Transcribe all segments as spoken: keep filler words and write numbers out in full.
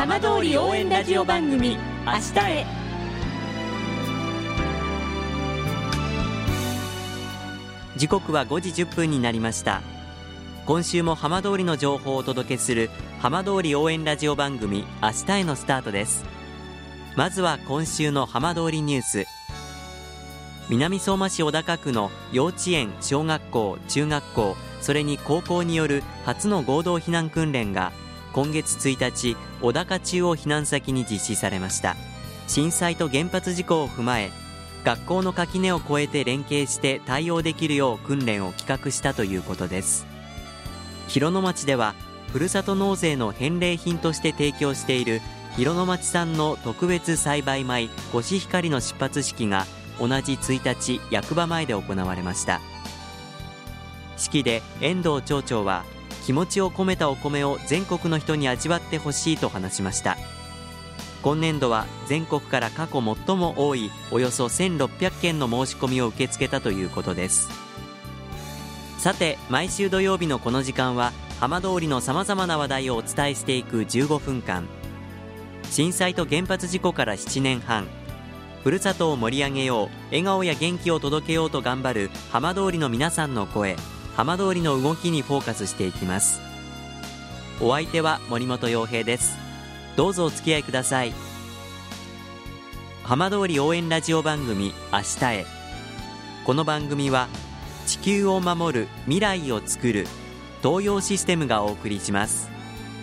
浜通り応援ラジオ番組明日へ。 時刻はごじじゅっぷんになりました。今週も浜通りの情報をお届けする浜通り応援ラジオ番組明日へのスタートです。まずは今週の浜通りニュース。南相馬市小高区の幼稚園、小学校、中学校、それに高校による初の合同避難訓練が今月ついたち、小高中央避難先に実施されました。震災と原発事故を踏まえ、学校の垣根を越えて連携して対応できるよう訓練を企画したということです。広野町ではふるさと納税の返礼品として提供している広野町産の特別栽培米コシヒカリの出発式が同じついたち役場前で行われました。式で遠藤町長は気持ちを込めたお米を全国の人に味わってほしいと話しました。今年度は全国から過去最も多いおよそせんろっぴゃくけんの申し込みを受け付けたということです。さて、毎週土曜日のこの時間は浜通りのさまざまな話題をお伝えしていくじゅうごふんかん。震災と原発事故からななねんはん、ふるさとを盛り上げよう、笑顔や元気を届けようと頑張る浜通りの皆さんの声、浜通りの動きにフォーカスしていきます。お相手は森本洋平です。どうぞお付き合いください。浜通り応援ラジオ番組明日へ。この番組は地球を守る、未来をつくる東洋システムがお送りします。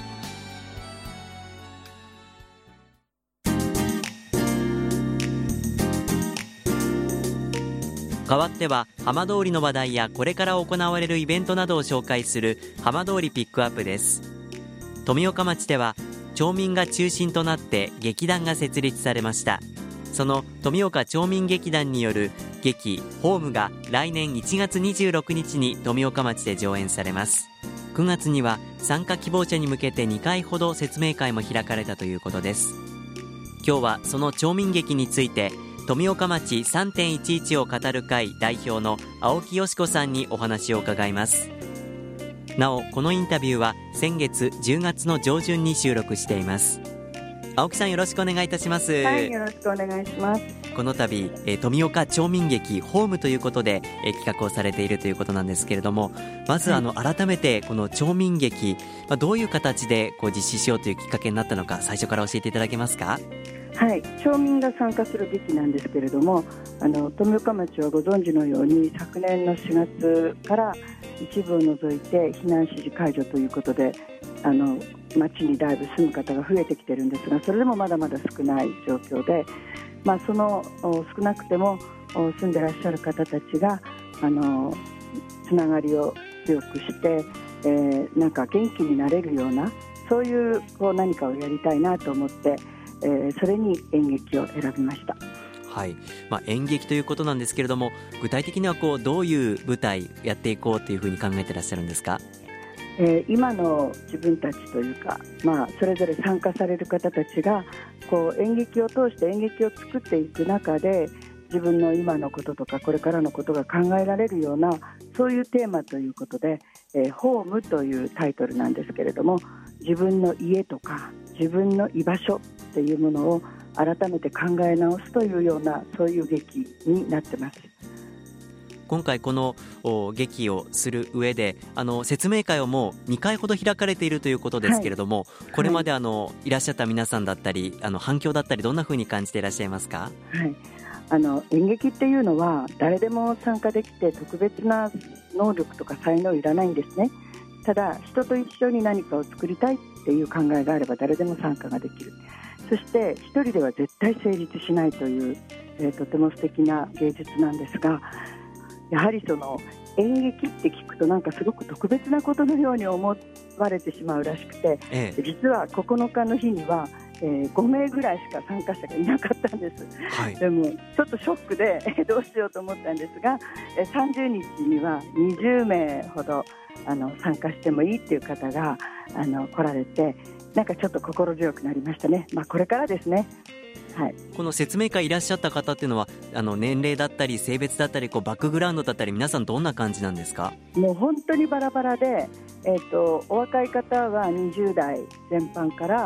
代わっては浜通りの話題やこれから行われるイベントなどを紹介する浜通りピックアップです。富岡町では町民が中心となって劇団が設立されました。その富岡町民劇団による劇ホームが来年いちがつにじゅうろくにちに富岡町で上演されます。くがつには参加希望者に向けてにかいほど説明会も開かれたということです。今日はその町民劇について富岡町 さんてんいちいち を語る会代表の青木よし子さんにお話を伺います。なお、このインタビューは先月じゅうがつの上旬に収録しています。青木さん、よろしくお願いいたします。 はい、よろしくお願いします。 この度、えー、富岡町民劇ホームということで、えー、企画をされているということなんですけれども、まずあの、はい、改めてこの町民劇、まあ、どういう形でこう実施しようというきっかけになったのか、最初から教えていただけますか？ はい、町民が参加する劇なんですけれども、あの富岡町はご存知のように昨年のしがつから一部を除いて避難指示解除ということで、あの町にだいぶ住む方が増えてきてるんですが、それでもまだまだ少ない状況で、まあ、その少なくても住んでらっしゃる方たちがあのつながりを強くして、えー、なんか元気になれるような、そういう、こう何かをやりたいなと思って、えー、それに演劇を選びました。 はい、まあ、演劇ということなんですけれども、具体的にはこうどういう舞台やっていこうというふうに考えてらっしゃるんですか？ えー、今の自分たちというか、まあ、それぞれ参加される方たちがこう演劇を通して演劇を作っていく中で、自分の今のこととかこれからのことが考えられるような、そういうテーマということで、えー、ホームというタイトルなんですけれども、自分の家とか自分の居場所っていうものを改めて考え直すというような、そういう劇になってます。 今回この劇をする上で、あの説明会をもうにかいほど開かれているということですけれども、はい、これまであの、はい、いらっしゃった皆さんだったり、あの反響だったり、どんなふうに感じていらっしゃいますか？ はい、あの演劇っていうのは誰でも参加できて、特別な能力とか才能いらないんですね。ただ人と一緒に何かを作りたいっていう考えがあれば誰でも参加ができる。そして一人では絶対成立しないという、えー、とても素敵な芸術なんですが、やはりその演劇って聞くとなんかすごく特別なことのように思われてしまうらしくて、ええ、実はここのかの日には、えー、ごめいぐらいしか参加者がいなかったんです、はい、でもちょっとショックでどうしようと思ったんですが、さんじゅうにちにはにじゅうめいほどあの参加してもいいっていう方があの来られて、なんかちょっと心強くなりましたね。まあ、これからですね。はい、 この説明会いらっしゃった方っていうのは、あの年齢だったり性別だったり、こうバックグラウンドだったり、皆さんどんな感じなんですか？ もう本当にバラバラで、えーと、お若い方はにじゅうだいぜん半から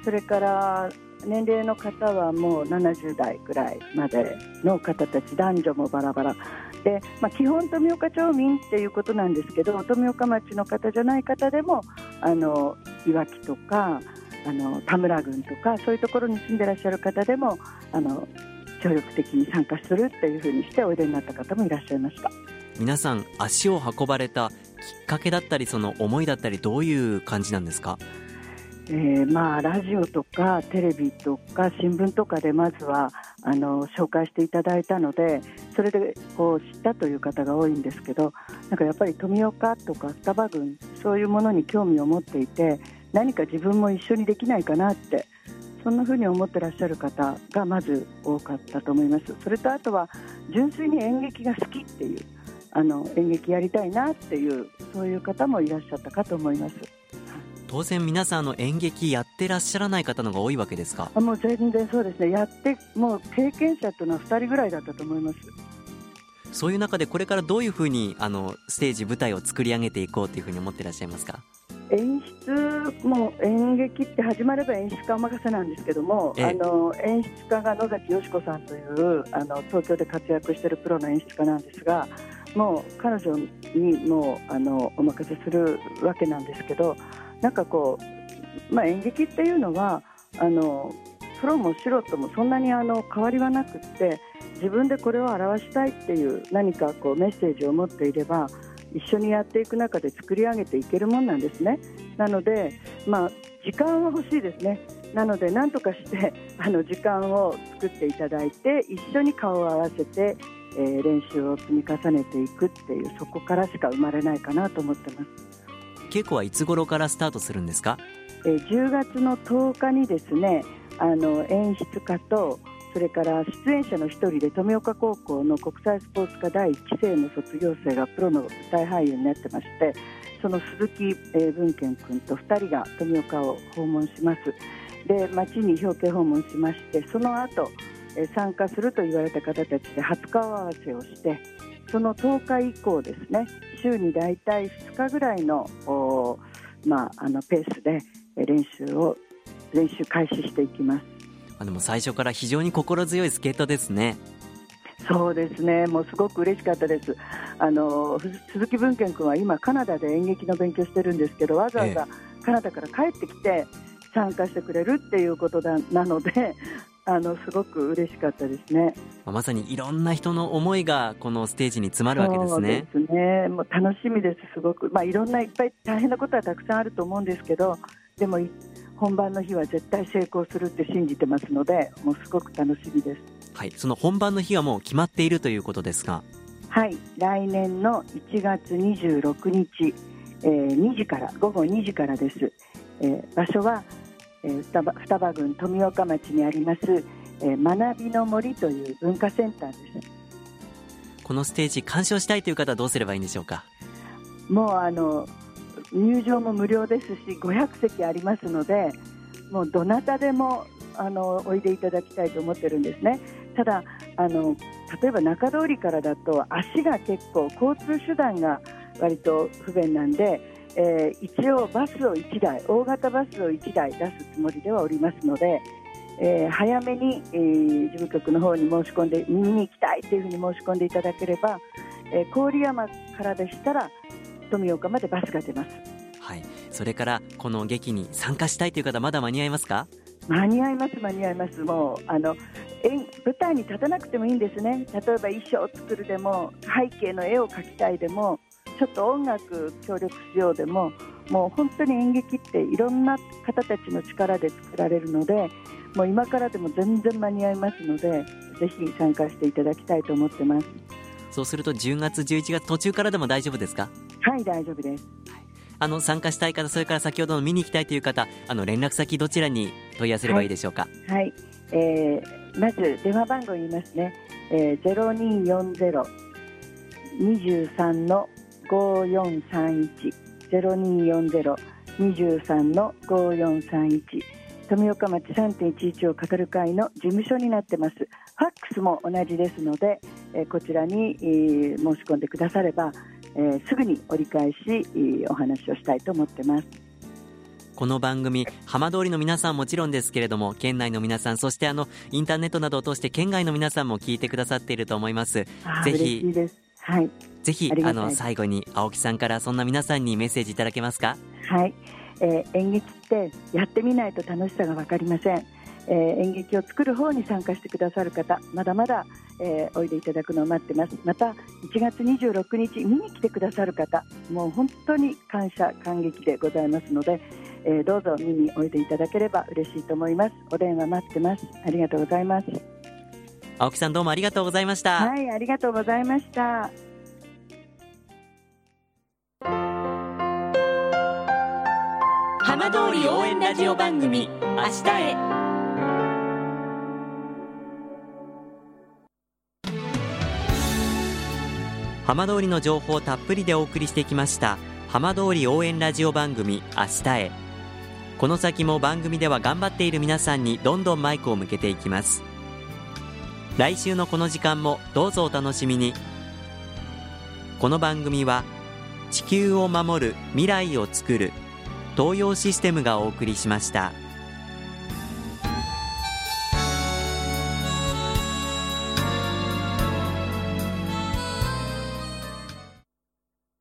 それから年齢の方はもうななじゅう代ぐらいまでの方たち、男女もバラバラで、まあ、基本富岡町民っていうことなんですけど、富岡町の方じゃない方でもあのいわきとかあの田村郡とかそういうところに住んでらっしゃる方でもあの協力的に参加するっていうふうにしておいでになった方もいらっしゃいました。 皆さん足を運ばれたきっかけだったり、その思いだったり、どういう感じなんですか？ えーまあ、ラジオとかテレビとか新聞とかでまずはあの紹介していただいたので、それでこう知ったという方が多いんですけど、なんかやっぱり富岡とか双葉郡、そういうものに興味を持っていて、何か自分も一緒にできないかなって、そんなふうに思ってらっしゃる方がまず多かったと思います。それとあとは純粋に演劇が好きっていう、あの演劇やりたいなっていう、そういう方もいらっしゃったかと思います。 当然皆さんの演劇やってらっしゃらない方の方が多いわけですか？ あもう全然そうですね。やってもう経験者というのはふたりぐらいだったと思います。 そういう中でこれからどういうふうにあのステージ舞台を作り上げていこうというふうに思ってらっしゃいますか？ 演出も演劇って始まれば演出家お任せなんですけども、 ええ、 あの演出家が野崎よし子さんというあの東京で活躍しているプロの演出家なんですが、もう彼女にもうあのお任せするわけなんですけど、なんかこう、まあ、演劇っていうのはあのプロも素人もそんなにあの変わりはなくって、自分でこれを表したいっていう何かこうメッセージを持っていれば一緒にやっていく中で作り上げていけるもんなんですね。なので、まあ、時間は欲しいですね。なので何とかしてあの時間を作っていただいて、一緒に顔を合わせて、えー、練習を積み重ねていくっていう、そこからしか生まれないかなと思ってます。 稽古はいつ頃からスタートするんですか？ えー、じゅうがつのとおかにですね、あの演出家とそれから出演者の一人で富岡高校の国際スポーツ科だいいっきせいの卒業生がプロの舞台俳優になってまして、その鈴木文健君とふたりが富岡を訪問します。で、町に表敬訪問しまして、その後参加すると言われた方たちで初顔合わせをして、そのとおか以降ですね、週にだいたいふつかぐらいの、まあ、あのペースで練習を練習開始していきます。 あでも最初から非常に心強い助っ人ですね。 そうですね、もうすごく嬉しかったです。あの鈴木文健君は今カナダで演劇の勉強してるんですけど、わざわざカナダから帰ってきて参加してくれるっていうことだなので、あのすごく嬉しかったですね。 まさにいろんな人の思いがこのステージに詰まるわけですね。 そうですね、もう楽しみです。すごく、まあ、いろんないっぱい大変なことはたくさんあると思うんですけど、でも本番の日は絶対成功するって信じてますので、もうすごく楽しみです。 はい、その本番の日はもう決まっているということですか？ はい、来年のいちがつにじゅうろくにち、えー、にじから午後にじからです。えー、場所は、えー、双葉、双葉郡富岡町にあります、えー、学びの森という文化センターです。 このステージ鑑賞したいという方はどうすればいいんでしょうか？ もうあの入場も無料ですし、ごひゃくせきありますので、もうどなたでもあのおいでいただきたいと思ってるんですね。ただあの例えば中通りからだと足が結構交通手段が割と不便なんで、えー、一応バスをいちだい、大型バスをいちだい出すつもりではおりますので、えー、早めに、えー、事務局の方に申し込んで見に行きたいというふうに申し込んでいただければ、えー、郡山からでしたら富岡までバスが出ます。 はい、それからこの劇に参加したいという方まだ間に合いますか？ 間に合います間に合います。もうあの舞台に立たなくてもいいんですね。例えば衣装を作るでも、背景の絵を描きたいでも、ちょっと音楽協力しようでも、もう本当に演劇っていろんな方たちの力で作られるので、もう今からでも全然間に合いますので、ぜひ参加していただきたいと思ってます。 そうするとじゅうがつじゅういちがつ途中からでも大丈夫ですか？ はい、大丈夫です。 あの参加したい方、それから先ほどの見に行きたいという方、あの連絡先どちらに問い合わせればいいでしょうか？ はい、はい、えー、まず電話番号言いますね。えー、ゼロにーよんゼロ にじゅうさんのごよんさんいち ゼロにーよんゼロ にじゅうさんのごよんさんいち、富岡町 さんてんいちいち を語る会の事務所になってます。ファックスも同じですので、えー、こちらに、えー、申し込んでくだされば、えー、すぐに折り返し、えー、お話をしたいと思ってます。 この番組浜通りの皆さんもちろんですけれども、県内の皆さん、そしてあのインターネットなどを通して県外の皆さんも聞いてくださっていると思います。ぜひ嬉しいです。はい、 ぜひあの最後に青木さんからそんな皆さんにメッセージいただけますか？ はい、えー、演劇ってやってみないと楽しさが分かりません。えー、演劇を作る方に参加してくださる方、まだまだ、えー、おいでいただくのを待ってます。またいちがつにじゅうろくにち見に来てくださる方、もう本当に感謝感激でございますので、えー、どうぞ見においでいただければ嬉しいと思います。お電話待ってます。ありがとうございます。 青木さん、どうもありがとうございました。 はい、ありがとうございました。 浜通り応援ラジオ番組、明日へ。 浜通りの情報をたっぷりでお送りしてきました浜通り応援ラジオ番組、明日へ。この先も番組では頑張っている皆さんにどんどんマイクを向けていきます。来週のこの時間もどうぞお楽しみに。この番組は地球を守る、未来をつくる東洋システムがお送りしました。